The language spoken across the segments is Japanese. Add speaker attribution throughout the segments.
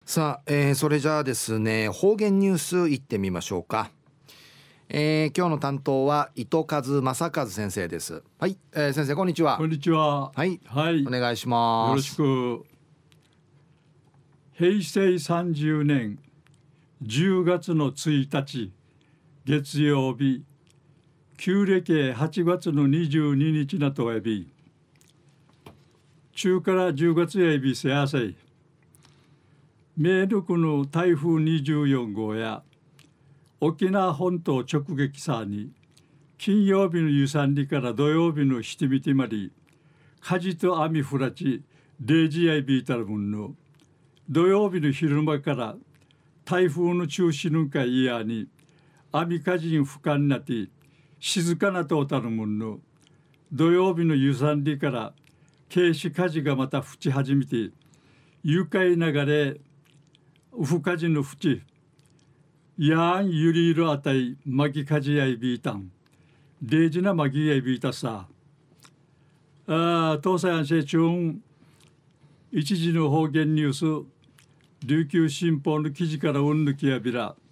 Speaker 1: さあ、それじゃあですね、方言ニュースいってみましょうか。今日の担当は糸数正和先生です。はい、先生こんにちは。
Speaker 2: こんにちは。
Speaker 1: はい、
Speaker 2: はい。
Speaker 1: お願いし
Speaker 2: よろし
Speaker 1: ます。
Speaker 2: く。平成30年10月の1日月曜日、旧暦8月の22日なとやび、中から10月やびせやせい、明陸の台風24号や沖縄本島直撃さに、金曜日の湯山里から土曜日の七味てまり、風と雨降らち、0時やいびいたるもんの、土曜日の昼間から台風の中心のかいやに、雨風に不可になって、静かなとおたるもんの、土曜日の湯山里から軽視風がまた吹ち始めて、愉快流れ、ふかじのふち、やんゆりいるあたい、まきかじやいびいたん。0時なまきやいびいたさ。東西安政中、一時の方言ニュース、琉球新報の記事からうんぬきやびら。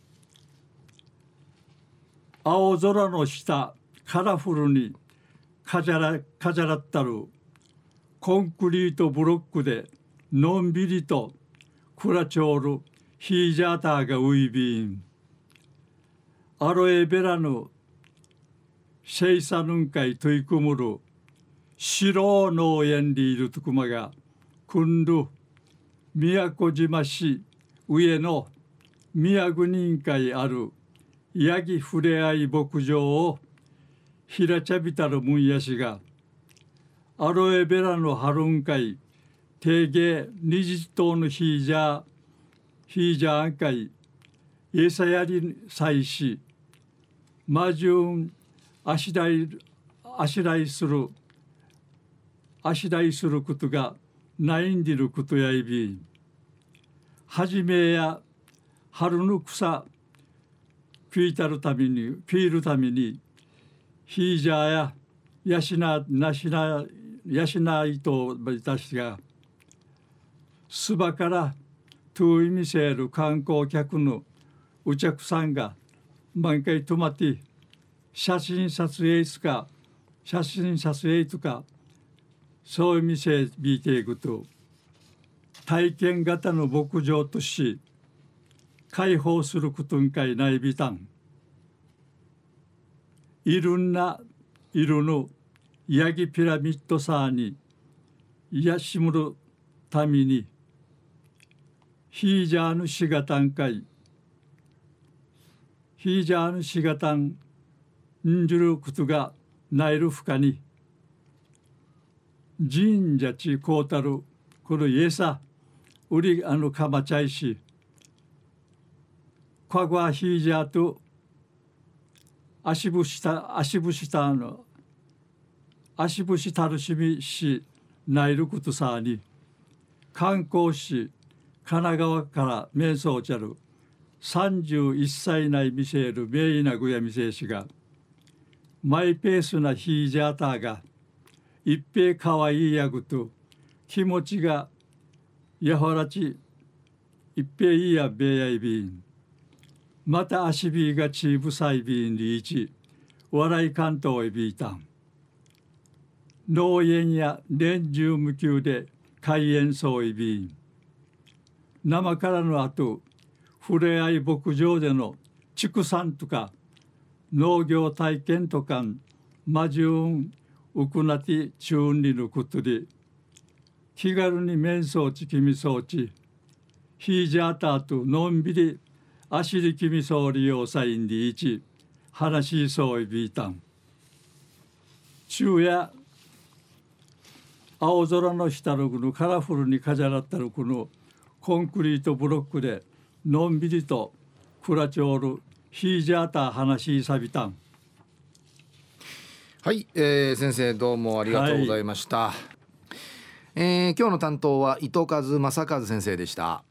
Speaker 2: 青空の下、カラフルに飾らったるコンクリートブロックでのんびりとクラチョールヒージャーターがウイビン。アロエベラのシェイサヌンカイトイクムル白農園でいるとくまがくんる宮古島市上の宮国委員会あるヤギふれあい牧場をひらちゃびたるむんやしがアロエベラの春んかい定芸二十頭のヒージャーんかいエサやりさいしマジュンあしらいすることがないんでることやいびはじめや春の草ピーるためにヒージャーや養いといたしがすばから遠い見せる観光客のお客さんが毎回泊まって写真撮影とかそういう店見ていくと体験型の牧場とし開放することんかいないびたんいろんな色のヤギピラミッドさに癒しむるためにヒージャーのしがたんかいヒージャーのしがたんんじることがないるふかに神社ちこうたるこのイエサウリかまちゃいしかごはヒージャーと足ぶしたるしみしないることさに観光し神奈川から瞑想ちゃる31歳内見せる名医なぐや見せしがマイペースなヒージャーターが一平かわいいやぐと気持ちがやほらち一平いいやべやいびんまた足びがちぶさいびんりいち笑い関東へびいたん農園や年中無休で開園そういびん生からの後ふれあい牧場での畜産とか農業体験とかマジュンウクナティチューンリのことで気軽に面相ち君相ちヒージャーターとのんびり足り君相利用サインでいち話しそういびいたん昼夜青空の下のこのカラフルに飾らったるこのコンクリートブロックでのんびりとクラチョールヒージャーター話しさびたん。
Speaker 1: はい、先生どうもありがとうございました。今日の担当は糸数正和先生でした。